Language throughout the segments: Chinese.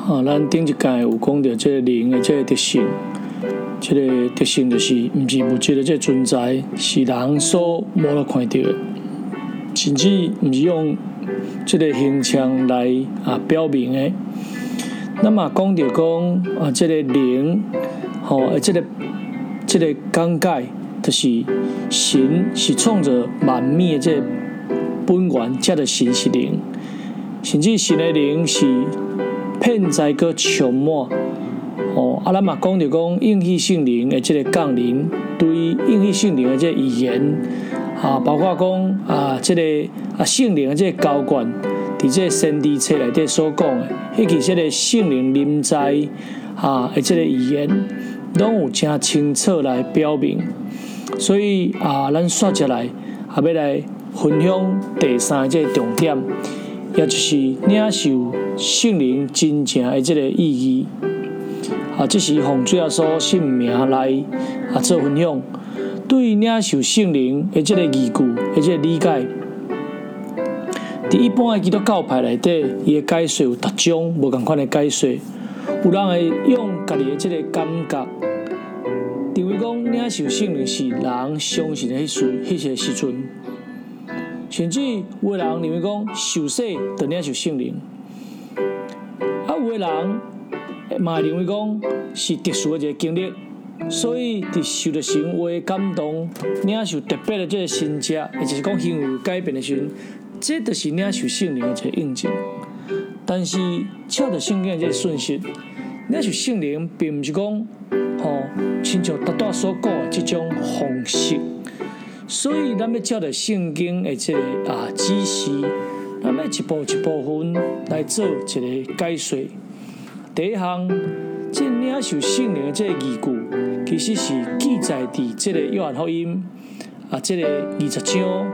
咱顶一届有讲到这个灵的这个特性，这个特性就是毋是物质的这个存在，是人所无法看到的，甚至毋是用这个形象来表明的。那么讲到讲这个灵，这个讲解就是神是创造万物的这个本源，才的神是灵，甚至神的灵是遍在个充满。咱嘛讲到讲应许圣灵的这个降临，对应许圣灵的这个预言包括讲这个圣灵的这个浇灌，伫这个先知册内底所讲的，迄个这个圣灵临在的这个预言，拢有真清楚来表明。所以咱刷下来要来分享第三个这个重点，也就是领受圣灵真正的这个意义。这是奉主耶稣圣名来做分享。对领受圣灵的这个义句的这个理解，伫一般的基督教派内底，伊的解说有逐种无同款的解说。有人会用家己的这个感觉，认为讲领受圣灵是人相信的迄个时阵，甚至有的人认为讲受洗就领受圣灵，有的人嘛认为讲是特殊的一个经历，所以伫受到神话感动，领受特别的这个神迹，也就是讲行为改变的时阵，这就是领受圣灵的一个印证。但是照着圣经的这个讯息，领受圣灵并毋是讲亲像大大所讲的这种方式，所以咱要照着圣经的这个指示，咱要一步一部分来做一个解说。第一项，这领受圣灵的这个义句，其实是记载伫这个约翰福音这个20章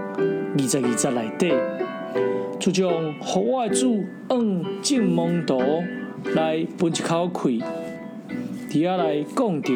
22节内底，就像互我的主用正蒙图来分一口气，伫遐来讲到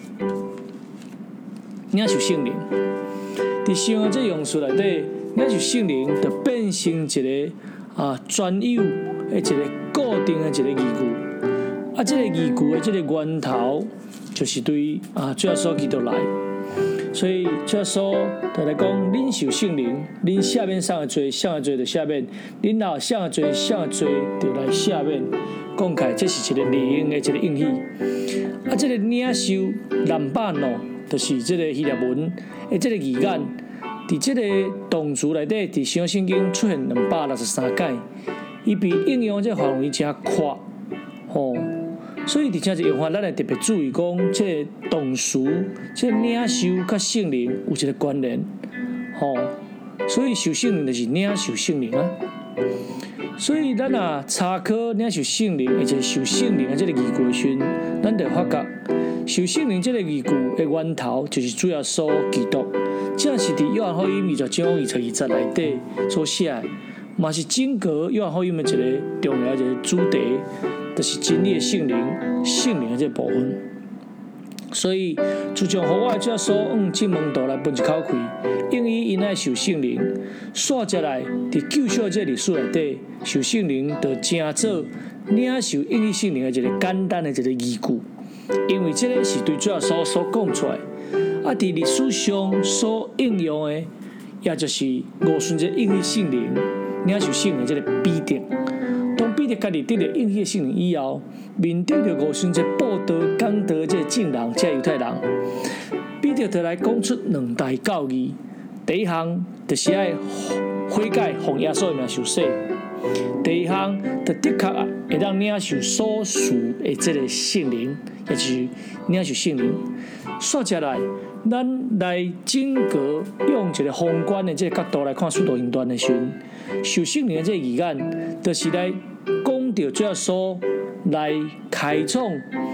领受圣灵。伫圣经这用词内底，领受圣灵就变成一个专有的一个固定的一个义句。这个义句的这个源头就是对主耶稣基督来，所以主耶稣就来讲，恁受圣灵，恁赦免送的罪，送的罪就赦免；恁若送的罪，送的罪就来赦免。讲起来，这是一个灵的一个应许。这个领受南巴诺，就是这个希腊文的这个语言，伫这个动词内底，伫圣经出现263解，伊被应用这范围真宽，所以伫这个用法，咱会特别注意讲，这个动词，这个领受甲圣灵有一个关联，所以受圣灵就是领受圣灵啊。所以咱查考领受圣灵，或者受圣灵的这个义句的时，咱就发觉，受圣灵这个义句的源头就是主耶稣基督，这是伫约翰福音20章22节内底所写的，嘛是整个约翰福音的一个重要的一个主题。就是真理的圣灵，圣灵的这个部分。所以，自从互我的主耶稣用正蒙图来分一口气，应许因爱受圣灵，煞接来伫救赎这历史内底，受圣灵就成做领受应许圣灵的一个简单的一个义句，因为这个是对主耶稣所讲出来，伫历史上所应用的，也就是5顺这应许圣灵、领受圣灵这个必定。当彼得家己得到应许的圣灵以后，面对着5顺节报道讲道这个证人，这犹太人，彼得就来讲出2大教义。第一项就是爱悔改，奉耶稣的名受洗；第二项就的确会当领受所属的这个圣灵，也就是领受圣灵。说起来，咱来整个用一个宏观的这个角度来看《使徒行传》的时，受圣灵的这个语言，就是来讲到主耶稣来开创，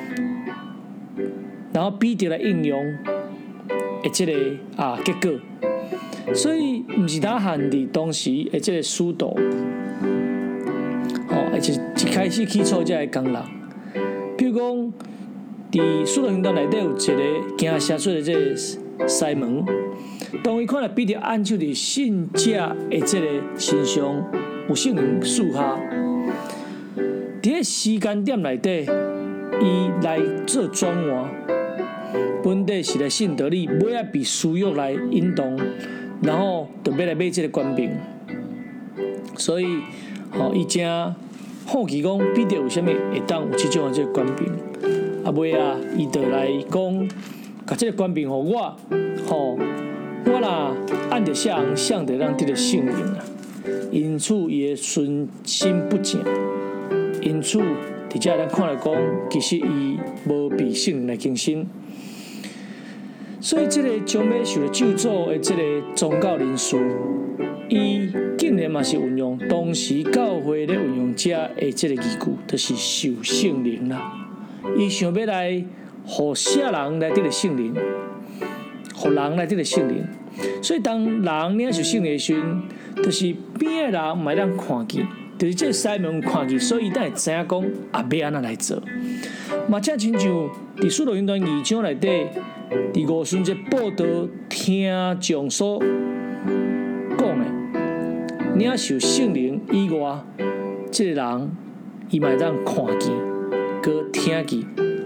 然后彼得来应用的这个结果。所以，毋是单限伫当时的这个使徒，而且一开始起初这个工人，比如讲。伫《使徒行传》内底有一个行邪术的这个西门，当伊看到彼得按手伫信者的这个身上有圣灵赐下， 伫个时间点内底，伊来做转换，本地是来信得你，尾仔被私欲来引动，然后就要来买这个官兵，所以伊真好奇讲彼得为虾米会当有即种的这个官兵，尾仔伊就来讲，甲这个官兵互我，我若按着啥人想着咱得个性命啊，因此伊会顺心不正，因此伫遮咱看来讲，其实伊无被圣灵来更新。所以，这个将要受咒诅的这个宗教人士，伊竟然嘛是运用当时教会咧运用者的这个字句，就是受圣灵啦。伊想要来，互啥人来得个圣灵，互人来得个圣灵。所以，当人领受圣灵的时阵，就是边的人嘛让看见，就是这西门看见，所以伊才会知影讲要安怎来做。嘛，正亲像伫《使徒行传》2章内底。第5旬节报道听众所讲的，领受圣灵以外，这个人伊嘛会当看见，佮听见。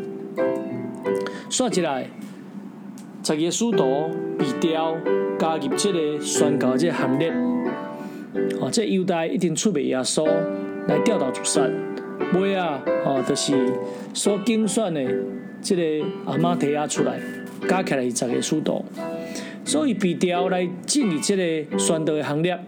说起来，10个使徒被调加入这个宣教这个行列，这犹大一定出卖耶稣来调头自杀，尾啊，就是所竞选的这个马提亚出来。加起来是10个使徒，所以被调来进入这个宣道的行列，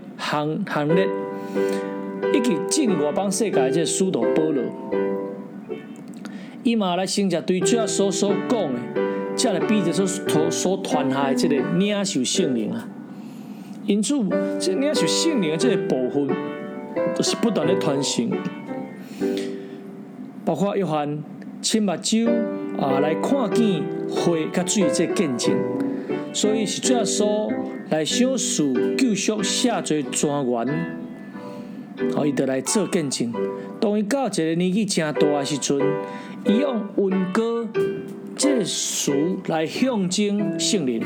以及进入外邦世界的这个使徒保罗，伊嘛来成就对主耶稣所讲的，才来彼得所传下的这个领受圣灵啊。因此，这领受圣灵的这个部分，就是不断的传承，包括约翰亲目睭来看见花甲水的这个见证，所以是主耶稣来小事救赎下罪专员，伊就来做见证。当伊到一个年纪真大的时阵，伊用温歌这个词来象征圣灵，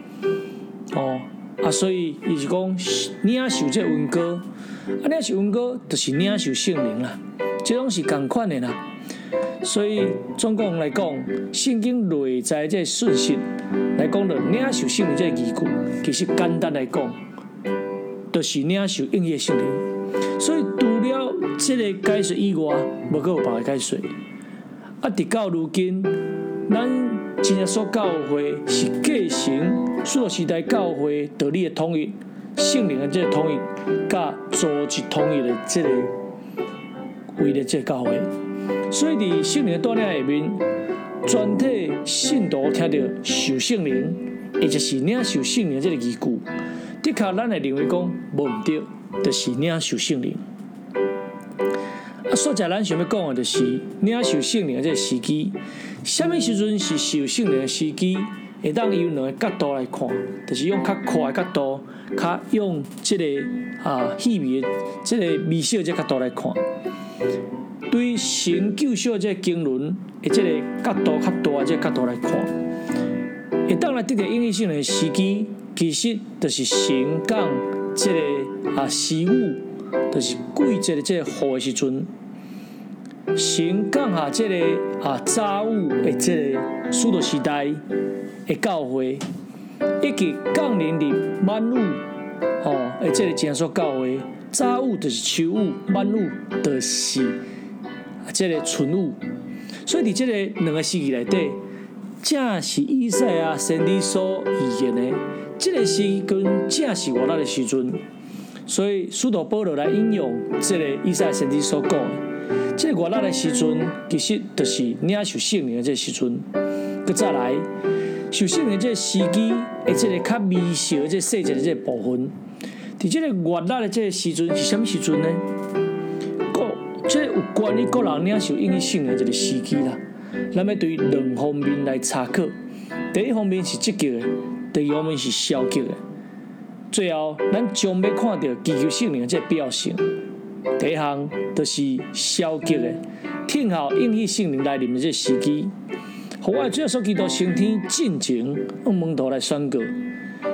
所以伊是讲领受这温歌，领受温歌就是领受圣灵啦，这拢是同款的啦。所以总共来讲，圣经内在这讯息来讲的领受圣灵这个字句，其实简单来讲，就是领受应验圣灵。所以除了这个解释以外，无阁有别个解释。直到如今，咱真耶稣教会是继承使徒时代教会道理的统一、圣灵的这个统一，甲组织统一的这个为了这个教会。所以伫圣灵的带领下面，全体信徒听到受圣灵，也就是领受圣灵这个字句，的确咱会认为讲无毋对，就是领受圣灵。所以咱想要讲的就是领受圣灵的这个时机，什么时阵是受圣灵的时机？会当用两个角度来看，就是用较快的角度，较用这个细微的这个微小的这个角度来看。对神救赎这个经纶的这个角度较大的这个角度来看，会当来得到应验圣灵的时机，其实就是神讲这个时雨，就是季节的这个雨的时阵，神讲下这个早雨的这个使徒时代的教会，以及降临入晚雨的这个真耶稣教会，早雨就是秋雨，晚雨就是这个春雨，所以伫这个两个时期内底，正是以赛亚先知所预言的，这个时跟正是热的时阵，所以使徒保罗来引用这个以赛亚先知所讲的，这个热的时阵，其实就是领受圣灵的这个时阵。佮再来，受圣灵这个时机的这个较微小的这细节的这个部分，伫这个热的这个时阵是什么时阵呢？这有关于个人领受应验圣灵这个时机啦，咱要对两方面来查考。第一方面是积极的，第二方面是消极的。最后，咱将要看到祈求圣灵的这个必要性。第一项就是消极的，听候应验圣灵来临的这个时机。互我主要所基督升天进前，用门徒来宣告，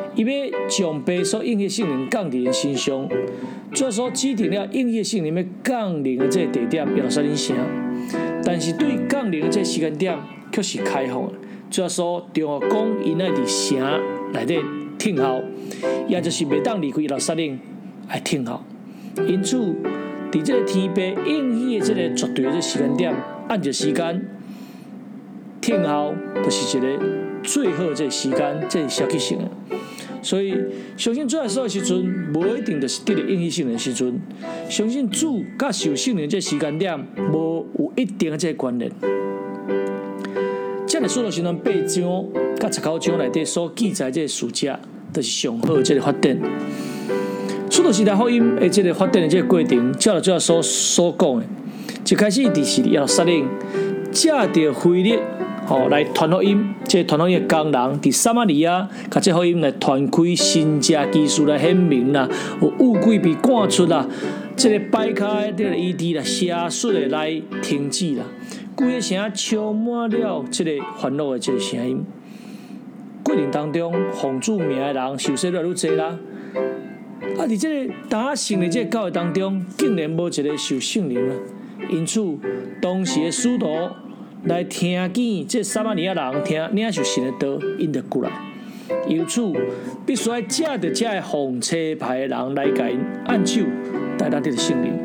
伊要将被所应许圣灵降伫因身上，主耶稣指定了应许圣灵要降临的这个地点耶路撒冷城，但是对降临的这个时间点却是开放的。主耶稣中学讲，因爱伫城内底听候，也就是袂当离开耶路撒冷来听候。因此，伫这个天父应许的这个绝对的这时间点，按照时间听候，就是一个最好的这个时间，这是消极性的。所以，相信主耶稣的时阵，无一定就是得到应许圣灵的时阵。相信主甲受圣灵这时间点，无有一定的这个关联。这样的使徒行传8章甲19章内底所记载这个事迹，就是上好的这个发展。使徒时代福音的这个发展的这个过程，照着主耶稣所讲的，一开始就是耶路撒冷，借着腓力。来传福音，这传福音的工人伫撒玛利亚，甲这福音来传开神迹奇事来显明啦，有污鬼被赶出啦，这个摆开这个医治啦，邪术的来停止啦，规个城充满了这个烦恼的这个声音。过程当中，奉主名的人受洗越来越多啦。伫这个大圣的这个教会当中，竟然无一个受圣灵啦，因此当时的使徒。来听见这撒玛利亚人领受神的道，因就过来。由此，必须要借着这个奉差派的人来甲因按手，带咱得圣灵。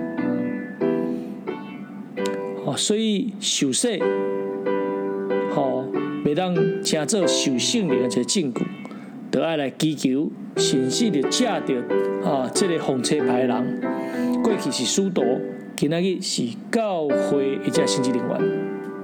所以受洗，袂当成做受圣灵的一个证据，就要来祈求，甚至就借着这个奉差派的人，过去是使徒，今仔日是教会的这个神职人员。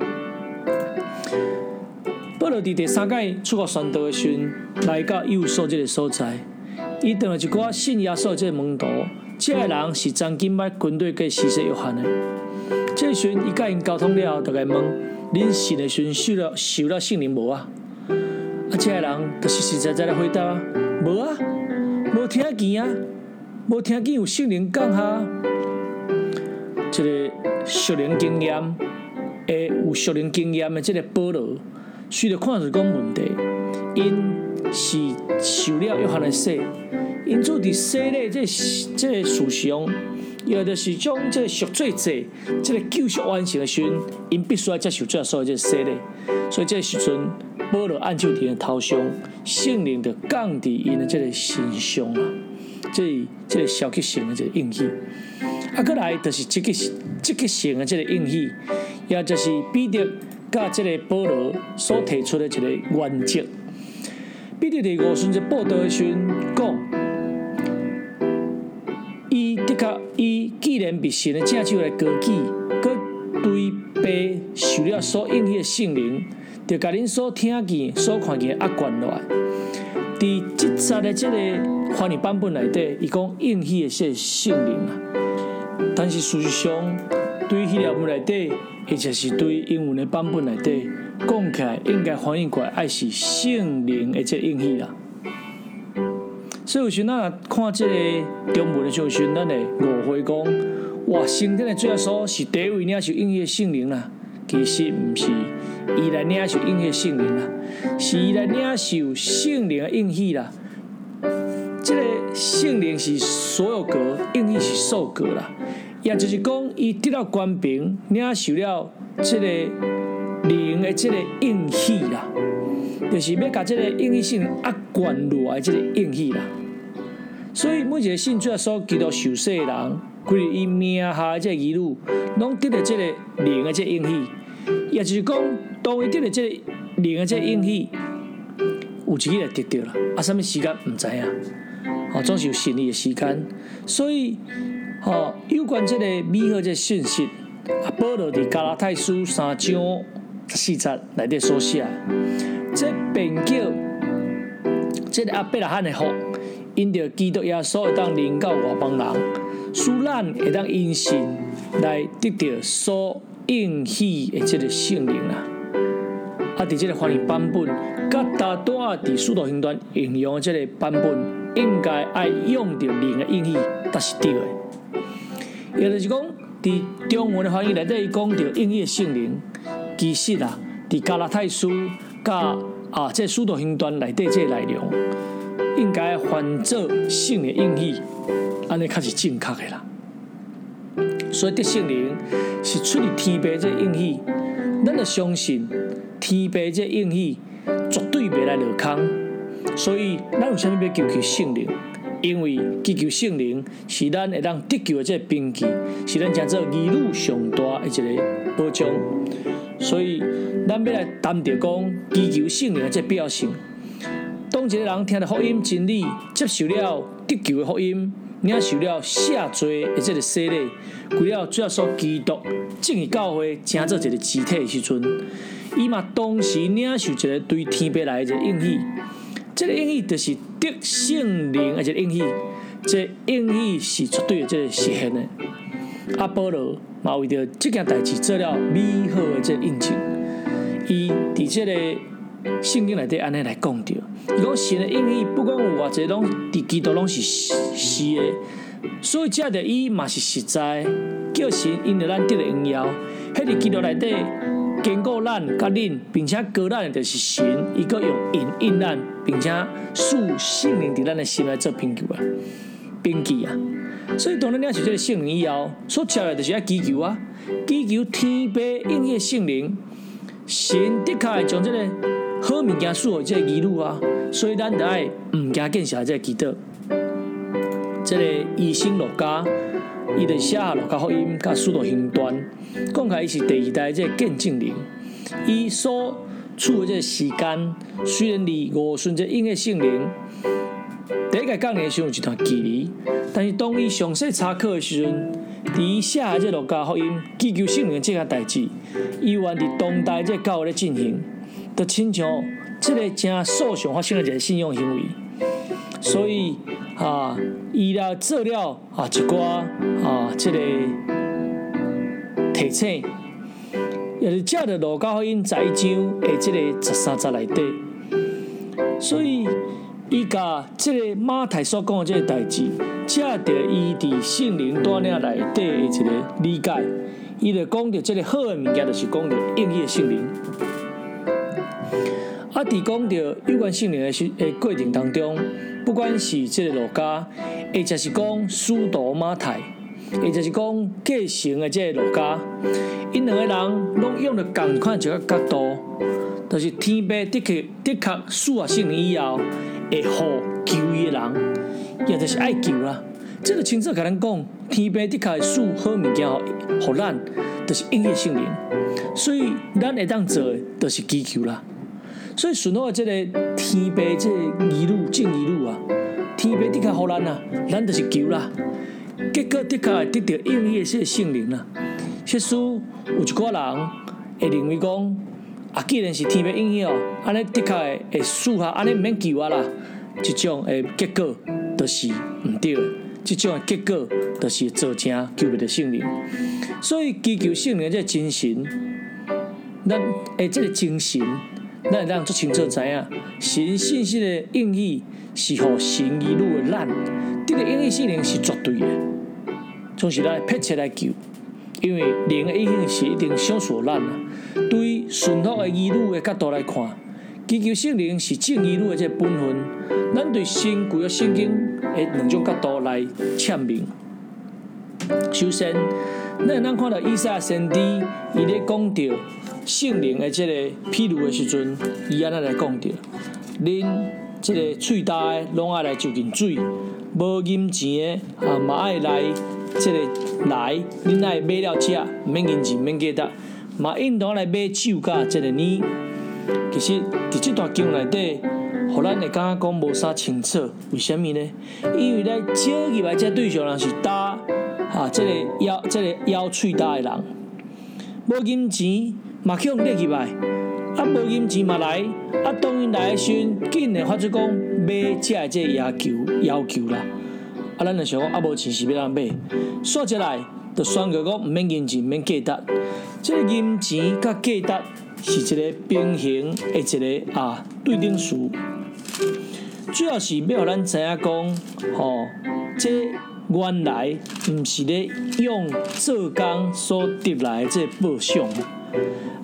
保罗伫第3届出国宣道的时阵，来到以弗所这个所在，伊碰到一寡信耶稣这个门徒，这个人是曾经捌军队给施洗约翰的。这个时阵，伊甲因沟通了，就来问：恁信的时阵受了圣灵无啊？这个人就实实在在来回答啊：无啊，无听见啊，无听见有圣灵降下。这个属灵经验有属灵经验的这个保罗。虽然看是讲问题，因是受了约翰的洗，因此伫洗礼这个事上，也就是将这个赎罪祭、这个救赎完成的时阵，因必须要接受主耶稣的这个洗礼。所以这个时阵，保罗按手伫因头上，圣灵就降伫因的这个身上啊，这个消极性的这个应许。过来就是积极性的这个应许，也就是彼得。甲这个保罗所提出的一个原则，彼得第5顺节报道的时阵讲，伊的确，伊既然被神的正手来高举，佮对被受了所应许的圣灵，就甲恁所听见、所看见压关落来。伫这节的这个翻译版本内底，伊讲应许的这圣灵啊，但是事实上，对希腊文内底。或者是对英文的版本内底讲起来，应该翻译过来爱是圣灵的这个应许啦。所以有时咱看这个中文的时阵，咱会误会讲，哇，圣殿的主耶稣是第一位领受应许的圣灵啦。其实不是，伊来领受应许的圣灵啦，是伊来领受圣灵的应许啦。这个圣灵是所有格，应许是数格啦。也就是讲，伊得到官兵，领受了这个灵的这个应许啦，就是要甲这个应许性压关落来这个应许啦。所以每一个信主耶稣基督受洗的人，规伊名下的这个儿女，拢得到这个灵的这个应许。也就是讲，当伊得到这个灵的这个应许，有一日就得到了，什么时间唔知影，总是有神力的时间，所以。有关这个美好这讯息，保罗伫加拉太书3章14节内底所写，这便叫这个阿伯拉罕的福，因着基督耶稣会当临到外邦人，使咱会当因信来得到所应许的这个圣灵啦。伫这个翻译版本，甲大多伫使徒行传应用的这个版本，应该爱用着灵的应许，才是对的。也就是讲，伫中文的翻译内底，伊讲到应许的圣灵，其实伫加拉太书甲这使徒行传内底这个内容， 应该翻做圣的应许，安尼较是正确的啦。所以得圣灵是出于天父这应许，咱就相信天父这应许绝对袂来落空。所以咱有啥物要求圣灵？因为祈求圣灵是咱会当得救的这凭据，是咱讲做义女上大的一个保障。所以咱要来谈着讲祈求圣灵的这必要性。当一个人听到福音真理，接受了得救的福音，领受了赦罪的这个洗礼，为了主要所基督正义教会成做一个肢体的时阵，伊嘛同时领受一个对天父来的一个应许。这个应许就是得圣灵的一个应许，这应许是绝对的这个实现的。保罗嘛为着这件代志做了美好的这个印证，伊伫这个圣经内底安尼来讲着，伊讲神的应许不管有偌济拢伫基督拢是的，所以这着伊嘛是实在，叫神因着咱得了荣耀，迄伫基督内底。坚固咱甲恁，并且高咱的就是神，伊阁用印咱，并且使圣灵伫咱的心来做凭据啊，凭据啊。所以当咱领受这个圣灵以后，所接来就是要祈求啊，祈求天父应许的圣灵，神的确会将这个好物件赐予这个儿女啊，所以咱就爱毋惊见笑这个祈祷。这个医生路加。伊就写下路加福音甲使徒行传，讲起伊是第二代这个见证人，伊所处的这个时间虽然离5旬这应许圣灵第一个讲的时候有一段距离，但是当伊详细查考的时阵，伫伊写下这路加福音祈求圣灵的这件代志，伊原伫当代这教会咧进行，就亲像这个正素常发生的一个信仰行为，所以。伊来做了一寡这个提醒，也是借着路加福音11章的这个13节内底，所以伊甲这个马太所讲的这个代志，借着伊伫圣灵带领内底的一个理解，伊就讲着这个好的物件，就是讲着应许的圣灵。伫讲到有关圣灵的过程当中，不管是这个路加，或者是讲使徒马太，或者是讲继承的这个路加，因两个人拢用了同款一个角度，就是天父的确赐下圣灵以后，会互求伊的人，也就是爱求啦。这个清楚甲咱讲，天父的确会赐好物件互咱，就是应许圣灵，所以咱会当做的，就是祈求啦。所以顺后的这个天父这个儿女正儿女啊，天父的确互咱啊，咱就是求啦。结果的确会得到应许的这个圣灵啦。或许有一寡人会认为讲，既然是天父应许哦，安尼的确会赐下，安尼毋免求啊啦。这种的结果就是毋对的，这种的结果就是做正求不到圣灵。所以祈求圣灵的这个精神，咱的这个精神。咱会当足清楚知影，神信息的应许是互神儿女的咱，这个应许圣灵是绝对的，总是咱迫切来求，因为灵的应许是一定赏赐咱啊。对顺服的儿女的角度来看，祈求圣灵是正儿女的这个本分，咱对神旧约圣经的两种角度来阐明。首先，咱会当看到以赛亚先知伊咧讲到。圣灵的这个譬如的时阵，伊安尼来讲着：恁这个喙焦的，拢爱来就近水；无银钱的嘛爱来这个来，恁爱买了吃，免银钱，免价值，嘛应当来买酒甲这个呢。其实伫这段经内底，互咱会感觉讲无啥清楚，为什么呢？因为咱招入来这对象人是焦这个枵喙焦的人，无银钱。嘛去互掠入来，无银钱嘛来，当因来的时阵，竟然发出讲买食的这要求啦。咱就想讲无钱是要安买，煞一来就宣告讲毋免银钱，免价值。这个银钱甲价值是一个平衡的一个对等词，主要是要互咱知影讲，这原来毋是咧用做工所得来的这报偿。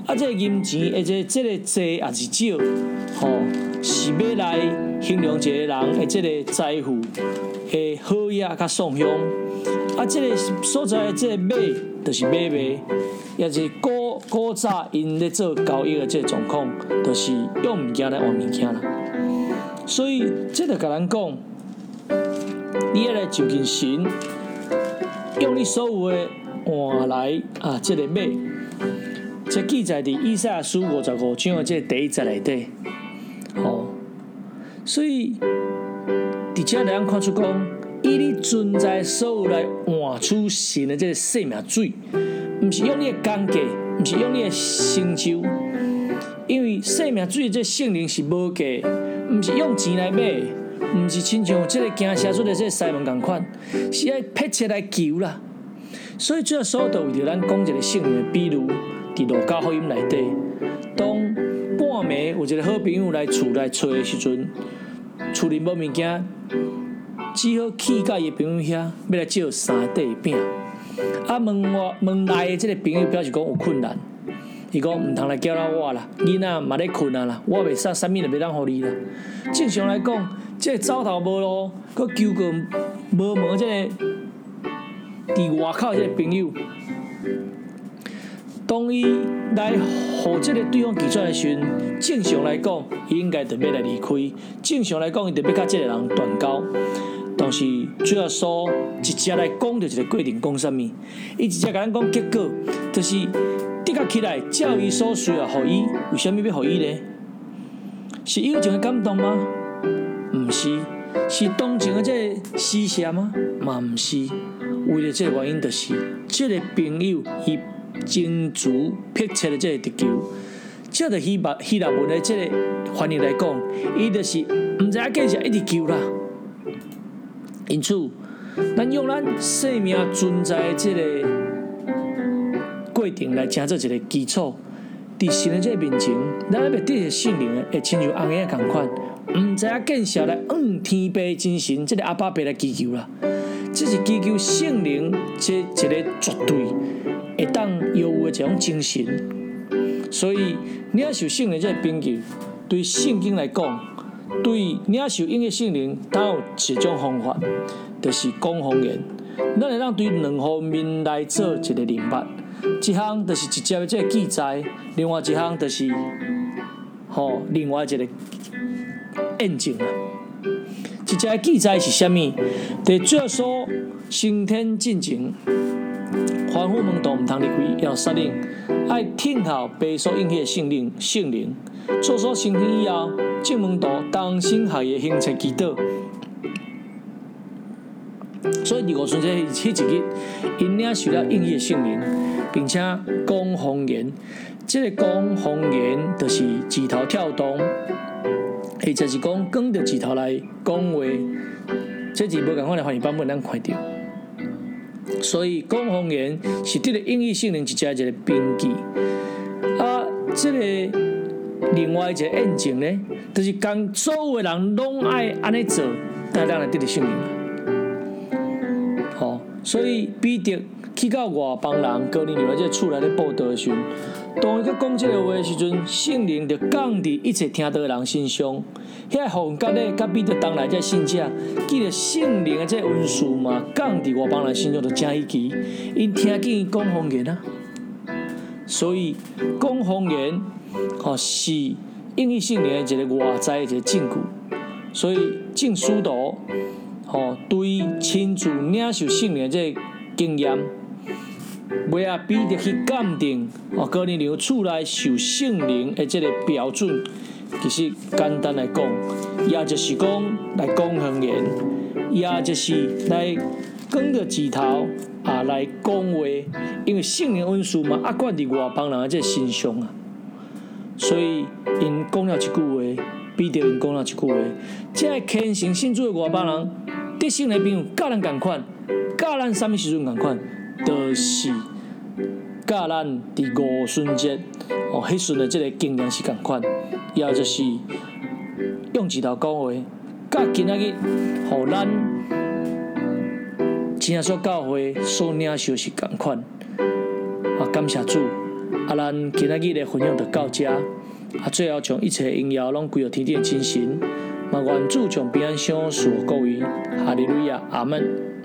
这个银钱或者这个多也是少，是要来形容一个人的这个财富的好野甲爽香。这个所在的这个买，就是买卖，也是古早因咧做交易的这个状况，就是用物件来换物件啦。所以这就甲咱讲，你要来就近神，用你所有的换来这个买。这记载伫以赛亚书55章的这第1节内底，所以伫遮咱看出讲，以你存在所有来换取神的这个生命水，毋是用你的工价，毋是用你的成就，因为生命水的这性能是无价，毋是用钱来买，毋是亲像这个惊写出的这西门共款，是爱迫切来求啦。所以主要所就为着咱讲一个圣灵的比喻，伫路加福音内底，当半暝有一个好朋友来厝来找的时阵，厝里无物件，只好去到伊朋友遐，要来借3块饼。问来的这个朋友表示讲有困难，伊讲毋通来叫到我啦，囡仔嘛咧困啦，我袂使啥物就袂当互你啦。正常来讲，这个走头无路，佮求过无问这个伫外口这个朋友，当伊来互这个对方拒绝的时阵，正常来讲，伊应该就要来离开。正常来讲，伊就要甲这个人断交。但是主要说直接来讲到一个过程，讲啥物？伊直接甲咱讲结果，就是得甲起来，照伊所需要互伊，为什么要互伊呢？是友情的感动吗？毋是，是同情的这个施舍吗？嘛毋是。为了这个原因，就是这个朋友伊真足迫切的这个得救。照着希腊文的这个翻译来讲，伊就是毋知影继续一直求啦。因此，咱用咱生命存在的这个过程来成做一个基础，伫神的这个面前，咱要得着圣灵的，会亲像红颜共款，毋知影见笑来天父真神，这个阿爸爸来祈求啦。这是祈求圣灵这一个绝对会当有的一种精神。所以领受圣灵这个凭据，对圣经来讲，对领受应的圣灵，当有一种方法，就是讲方言。咱会当对2方面来做一个明白。一项就是直接的这个记载，另外一项就是另外一个验证啦。一只的记载是啥物？第主要说升天进前，凡夫门徒毋通离开耶路撒冷，爱听候被所应许的圣灵。做所升天以后，众门徒同心合意行切祈祷。所以第5顺节迄一日，因领受了应许的圣灵，并且讲方言。这个讲方言，就是指头跳动。或者是讲跟着指头来讲话，这是无共款的翻译版本咱看到。所以讲方言是得了应许圣灵一只一个凭据。这个另外一个验证呢，就是讲所有的人拢爱安尼做，才咱来得到圣灵。所以彼得去到外邦人哥尼流这厝内咧报道的时阵，当伊去讲这个话的时阵，圣灵就降伫一切听到的人身上。遐洪甲咧，甲彼得当来这信者，记得圣灵的这恩赐嘛，降伫外邦人身上就真稀奇。因听见伊讲方言啊，所以讲方言是应许圣灵的一个外在的一个证据。所以正使徒对亲自领受圣灵的这个经验，尾啊彼得去鉴定哥尼流厝内受圣灵的这个标准。其实简单来讲，也就是讲来讲方言，也就是来跟着指头来讲话，因为圣灵恩赐嘛灌伫外邦人的这身上啊。所以因讲了一句话，彼得因讲了一句话，这个虔诚信主的外邦人，得圣灵朋友，甲咱共款，甲咱啥物时阵共款，就是甲咱伫5顺节迄阵的这个经验是共款。也就是用指头讲话，甲今仔日，互咱真所教会所领受是共款。感谢主， 咱今仔日的分享就到这，最后将一切荣耀拢归到天顶的真神，嘛愿主将平安赏赐予各位，哈利路亚，阿门。